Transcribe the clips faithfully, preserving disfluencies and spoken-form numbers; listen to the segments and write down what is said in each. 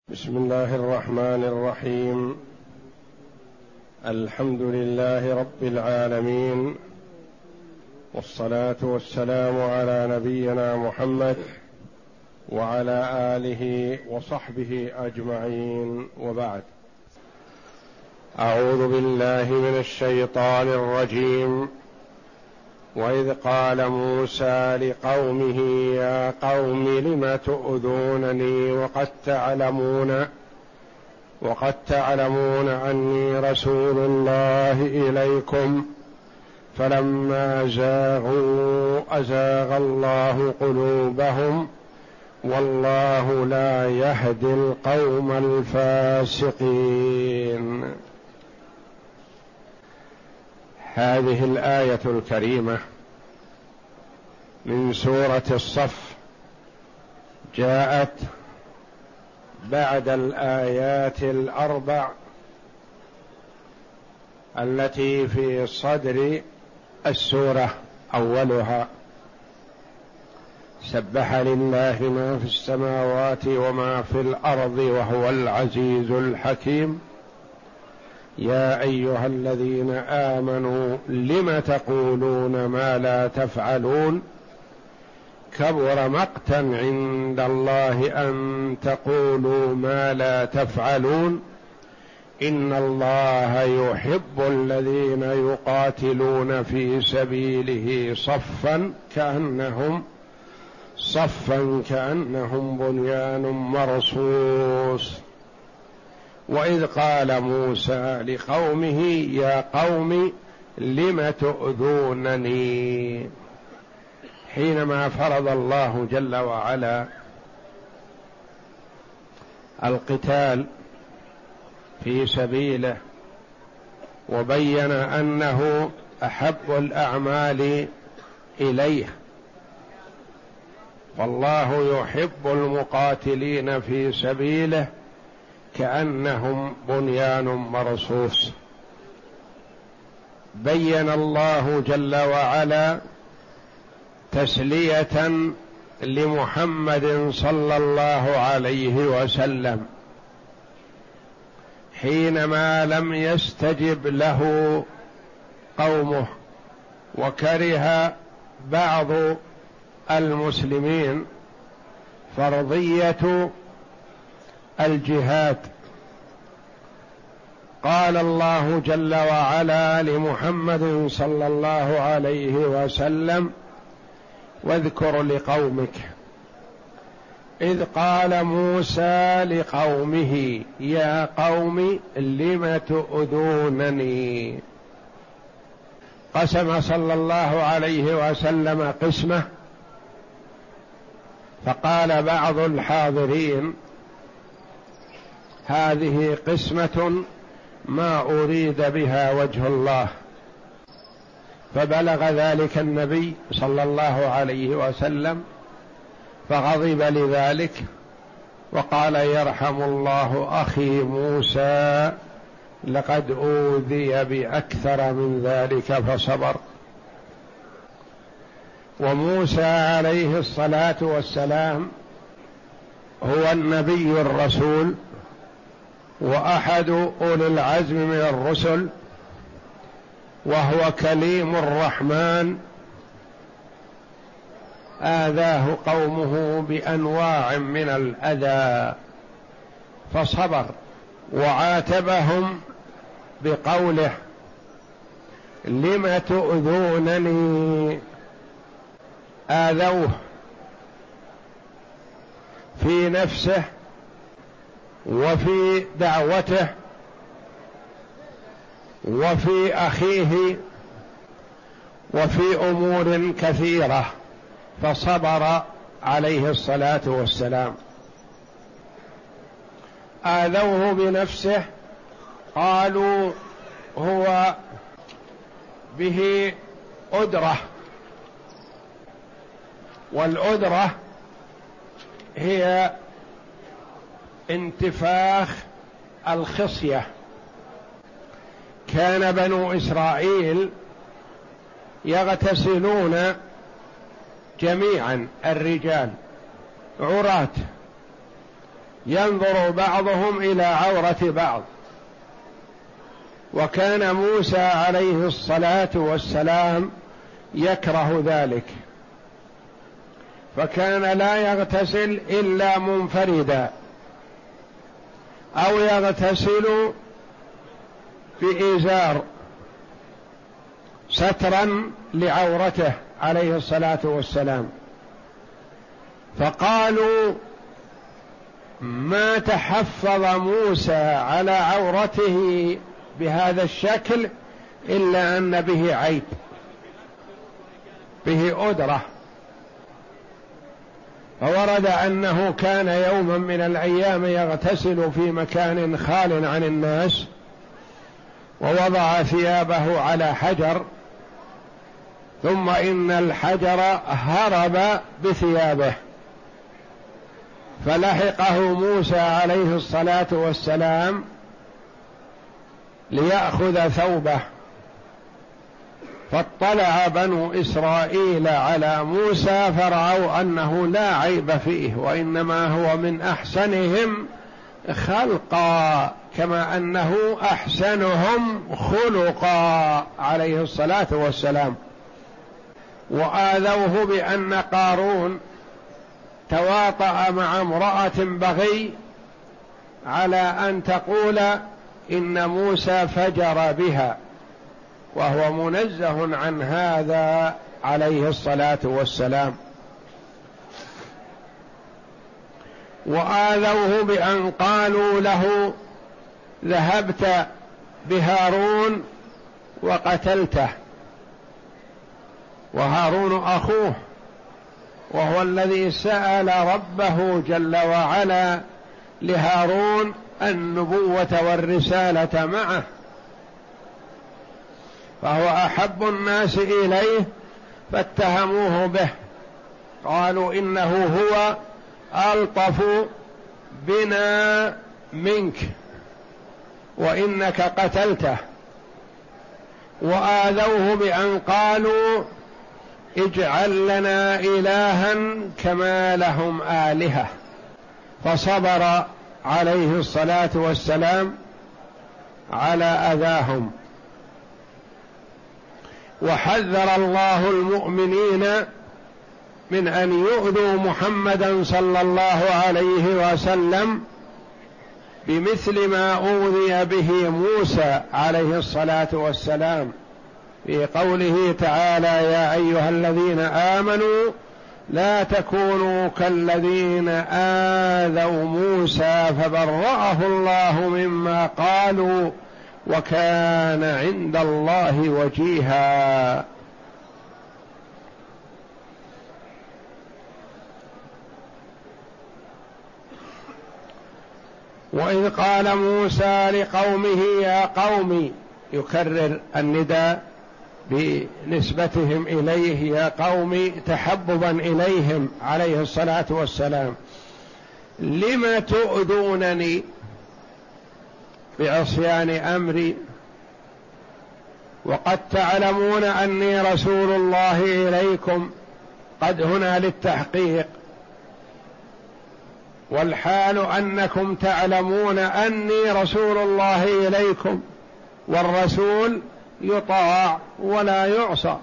بسم الله الرحمن الرحيم. الحمد لله رب العالمين، والصلاة والسلام على نبينا محمد وعلى آله وصحبه أجمعين، وبعد. أعوذ بالله من الشيطان الرجيم. وإذ قال موسى لقومه يا قوم لم تؤذونني وقد تعلمون وقد تعلمون أني رسول الله إليكم فلما زاغوا أزاغ الله قلوبهم والله لا يهدي القوم الفاسقين. هذه الآية الكريمة من سورة الصف جاءت بعد الآيات الأربع التي في صدر السورة. أولها: سبح لله ما في السماوات وما في الأرض وهو العزيز الحكيم. يا أيها الذين آمنوا لم تقولون ما لا تفعلون كبر مقتا عند الله أن تقولوا ما لا تفعلون إن الله يحب الذين يقاتلون في سبيله صفا كأنهم صفا كأنهم بنيان مرصوص. وإذ قال موسى لقومه يا قوم لم تؤذونني، حينما فرض الله جل وعلا القتال في سبيله وبين أنه أحب الأعمال إليه، والله يحب المقاتلين في سبيله كأنهم بنيان مرصوص. بين الله جل وعلا تسلية لمحمد صلى الله عليه وسلم حينما لم يستجب له قومه، وكره بعض المسلمين فرضية الجهاد. قال الله جل وعلا لمحمد صلى الله عليه وسلم: واذكر لقومك إذ قال موسى لقومه يا قوم لم تؤذونني. قسم صلى الله عليه وسلم قسمة، فقال بعض الحاضرين: هذه قسمة ما أريد بها وجه الله. فبلغ ذلك النبي صلى الله عليه وسلم فغضب لذلك وقال: يرحم الله أخي موسى لقد أوذي بأكثر من ذلك فصبر. وموسى عليه الصلاة والسلام هو النبي الرسول وأحد أولي العزم من الرسل، وهو كليم الرحمن. آذاه قومه بأنواع من الأذى فصبر، وعاتبهم بقوله: لم تؤذونني. آذوه في نفسه وفي دعوته وفي أخيه وفي أمور كثيرة، فصبر عليه الصلاة والسلام. آذوه بنفسه، قالوا هو به أدرة، والأدرة هي انتفاخ الخصية. كان بنو إسرائيل يغتسلون جميعا الرجال عراة، ينظر بعضهم إلى عورة بعض. وكان موسى عليه الصلاة والسلام يكره ذلك، فكان لا يغتسل إلا منفردا أو يغتسل بإزار سترا لعورته عليه الصلاة والسلام. فقالوا ما تحفظ موسى على عورته بهذا الشكل إلا أن به عيب، به أدرة. فورد أنه كان يوما من الأيام يغتسل في مكان خال عن الناس، ووضع ثيابه على حجر، ثم إن الحجر هرب بثيابه، فلحقه موسى عليه الصلاة والسلام ليأخذ ثوبه، فاطلع بنو إسرائيل على موسى فرأوا أنه لا عيب فيه، وإنما هو من أحسنهم خلقا كما أنه أحسنهم خلقا عليه الصلاة والسلام. وآذوه بأن قارون تواطأ مع امرأة بغي على أن تقول إن موسى فجر بها، وهو منزه عن هذا عليه الصلاة والسلام. وآذوه بأن قالوا له ذهبت بهارون وقتلته، وهارون أخوه، وهو الذي سأل ربه جل وعلا لهارون النبوة والرسالة معه، فهو أحب الناس إليه، فاتهموه به، قالوا إنه هو ألطف بنا منك وإنك قتلته. وآذوه بأن قالوا اجعل لنا إلها كما لهم آلهة، فصبر عليه الصلاة والسلام على أذاهم. وحذر الله المؤمنين من أن يؤذوا محمدا صلى الله عليه وسلم بمثل ما أوذي به موسى عليه الصلاة والسلام، في قوله تعالى يا أيها الذين آمنوا لا تكونوا كالذين آذوا موسى فبرأه الله مما قالوا وكان عند الله وجيها. وإذ قال موسى لقومه يا قوم، يكرر النداء بنسبتهم إليه يا قوم تحببا إليهم عليه الصلاة والسلام، لم تؤذونني بعصيان أمري وقد تعلمون أني رسول الله إليكم، قد هنا للتحقيق، والحال أنكم تعلمون أني رسول الله إليكم، والرسول يطاع ولا يعصى.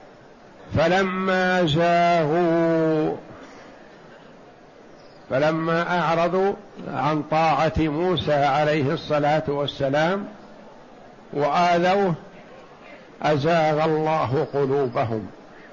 فلما زاغوا، فلما أعرضوا عن طاعة موسى عليه الصلاة والسلام وآذوه أزاغ الله قلوبهم،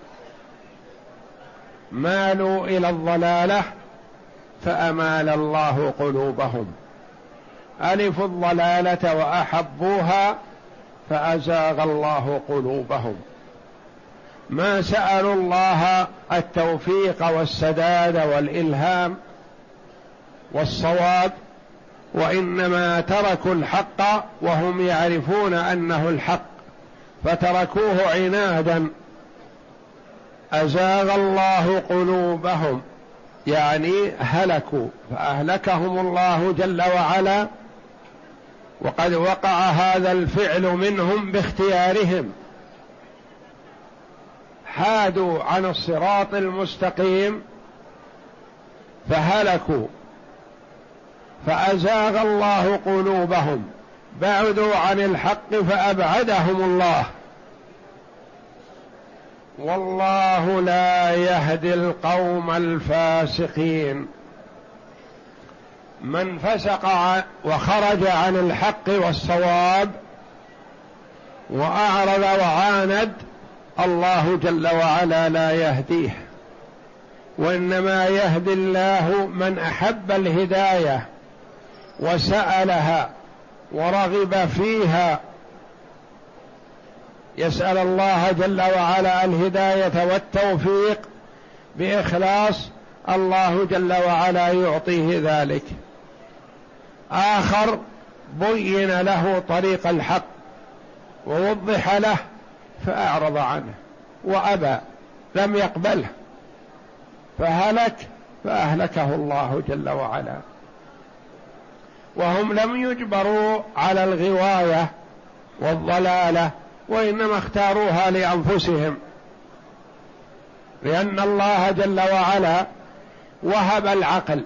مالوا إلى الضلالة فأمال الله قلوبهم، ألفوا الضلالة وأحبوها فأزاغ الله قلوبهم. ما سألوا الله التوفيق والسداد والإلهام والصواب، وإنما تركوا الحق وهم يعرفون أنه الحق فتركوه عنادا، أزاغ الله قلوبهم يعني هلكوا، فأهلكهم الله جل وعلا، وقد وقع هذا الفعل منهم باختيارهم، حادوا عن الصراط المستقيم فهلكوا. فأزاغ الله قلوبهم، بعدوا عن الحق فأبعدهم الله، والله لا يهدي القوم الفاسقين. من فسق وخرج عن الحق والصواب وأعرض وعاند، الله جل وعلا لا يهديه، وإنما يهدي الله من أحب الهداية وسألها ورغب فيها، يسأل الله جل وعلا الهداية والتوفيق بإخلاص، الله جل وعلا يعطيه ذلك. آخر بين له طريق الحق ووضح له فأعرض عنه وأبى، لم يقبله، فهلك فأهلكه الله جل وعلا. وهم لم يجبروا على الغواية والضلالة، وإنما اختاروها لأنفسهم، لأن الله جل وعلا وهب العقل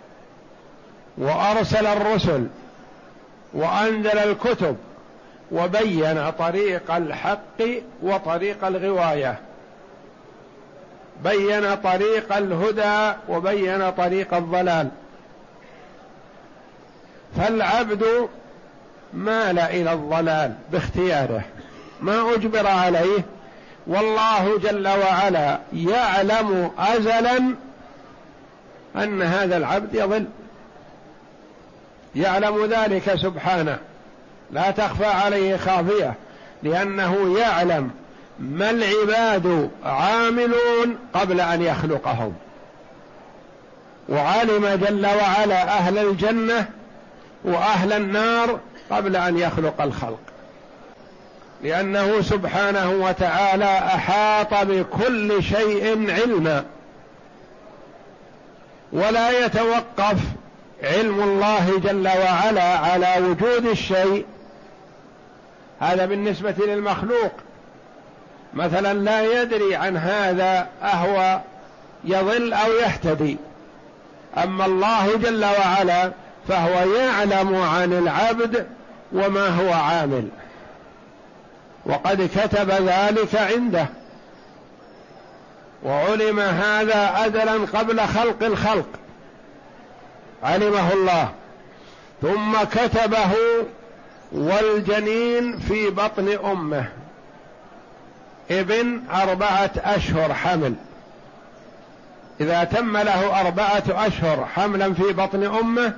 وأرسل الرسل وأنزل الكتب وبين طريق الحق وطريق الغواية، بين طريق الهدى وبين طريق الضلال، فالعبد مال إلى الضلال باختياره، ما أجبر عليه، والله جل وعلا يعلم أزلا أن هذا العبد يضل، يعلم ذلك سبحانه، لا تخفى عليه خافية، لأنه يعلم ما العباد عاملون قبل أن يخلقهم، وعلم جل وعلا أهل الجنة وأهل النار قبل أن يخلق الخلق، لأنه سبحانه وتعالى أحاط بكل شيء علما، ولا يتوقف علم الله جل وعلا على وجود الشيء، هذا بالنسبة للمخلوق، مثلا لا يدري عن هذا أهو يضل أو يهتدي، أما الله جل وعلا فهو يعلم عن العبد وما هو عامل، وقد كتب ذلك عنده، وعلم هذا أزلا قبل خلق الخلق، علمه الله، ثم كتبه والجنين في بطن أمه ابن أربعة أشهر حمل، إذا تم له أربعة أشهر حملا في بطن أمه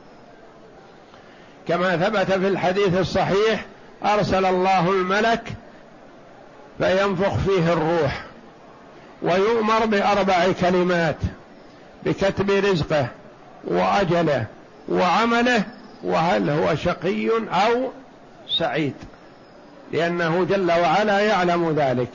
كما ثبت في الحديث الصحيح، أرسل الله الملك فينفخ فيه الروح، ويؤمر بأربع كلمات: بكتب رزقه وأجله وعمله، وهل هو شقي أو سعيد، لأنه جل وعلا يعلم ذلك.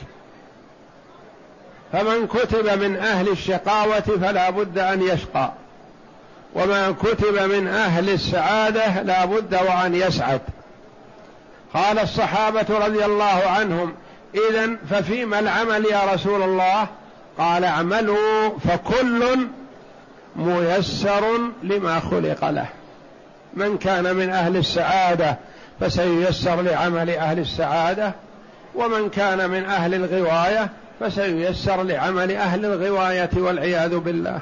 فمن كتب من أهل الشقاوة فلا بد أن يشقى، وما كتب من أهل السعادة لا بد وأن يسعد. قال الصحابة رضي الله عنهم: إذن ففيما العمل يا رسول الله؟ قال: اعملوا فكل ميسر لما خلق له. من كان من أهل السعادة فسييسر لعمل أهل السعادة، ومن كان من أهل الغواية فسييسر لعمل أهل الغواية والعياذ بالله.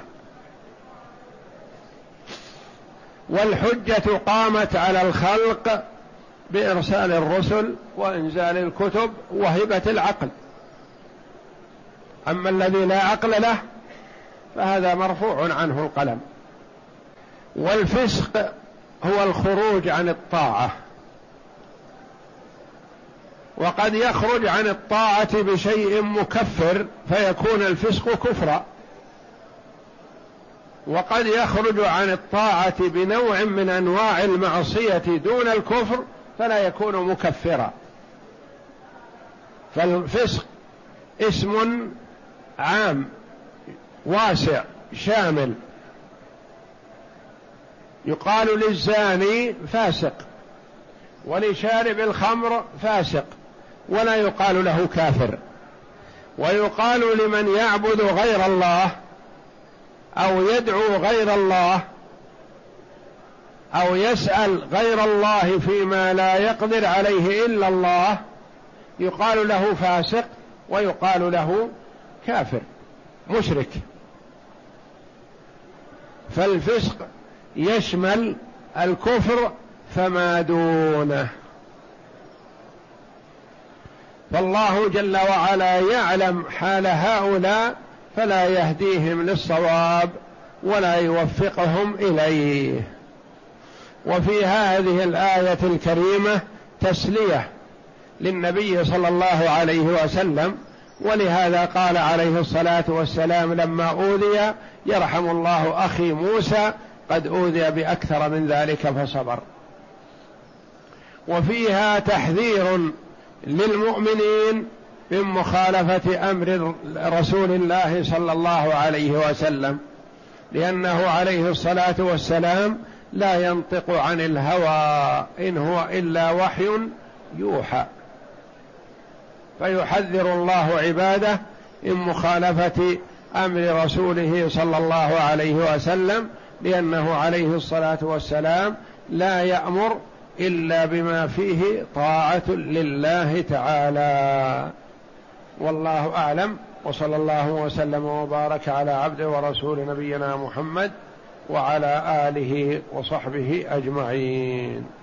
والحجة قامت على الخلق بإرسال الرسل وإنزال الكتب وهبة العقل، أما الذي لا عقل له فهذا مرفوع عنه القلم. والفسق هو الخروج عن الطاعة، وقد يخرج عن الطاعة بشيء مكفر فيكون الفسق كفرا، وقد يخرج عن الطاعة بنوع من أنواع المعصية دون الكفر فلا يكون مكفرا. فالفسق اسم عام واسع شامل، يقال للزاني فاسق، ولشارب الخمر فاسق، ولا يقال له كافر. ويقال لمن يعبد غير الله أو يدعو غير الله أو يسأل غير الله فيما لا يقدر عليه إلا الله يقال له فاسق ويقال له كافر مشرك. فالفسق يشمل الكفر فما دونه. فالله جل وعلا يعلم حال هؤلاء فلا يهديهم للصواب ولا يوفقهم إليه. وفي هذه الآية الكريمة تسلية للنبي صلى الله عليه وسلم، ولهذا قال عليه الصلاة والسلام لما أوذي: يرحم الله أخي موسى قد أوذي بأكثر من ذلك فصبر. وفيها تحذير للمؤمنين من مخالفة أمر رسول الله صلى الله عليه وسلم، لأنه عليه الصلاة والسلام لا ينطق عن الهوى إن هو إلا وحي يوحى. فيحذر الله عباده من مخالفة أمر رسوله صلى الله عليه وسلم، لأنه عليه الصلاة والسلام لا يأمر إلا بما فيه طاعة لله تعالى. والله أعلم، وصلى الله وسلم وبارك على عبده ورسول نبينا محمد وعلى آله وصحبه أجمعين.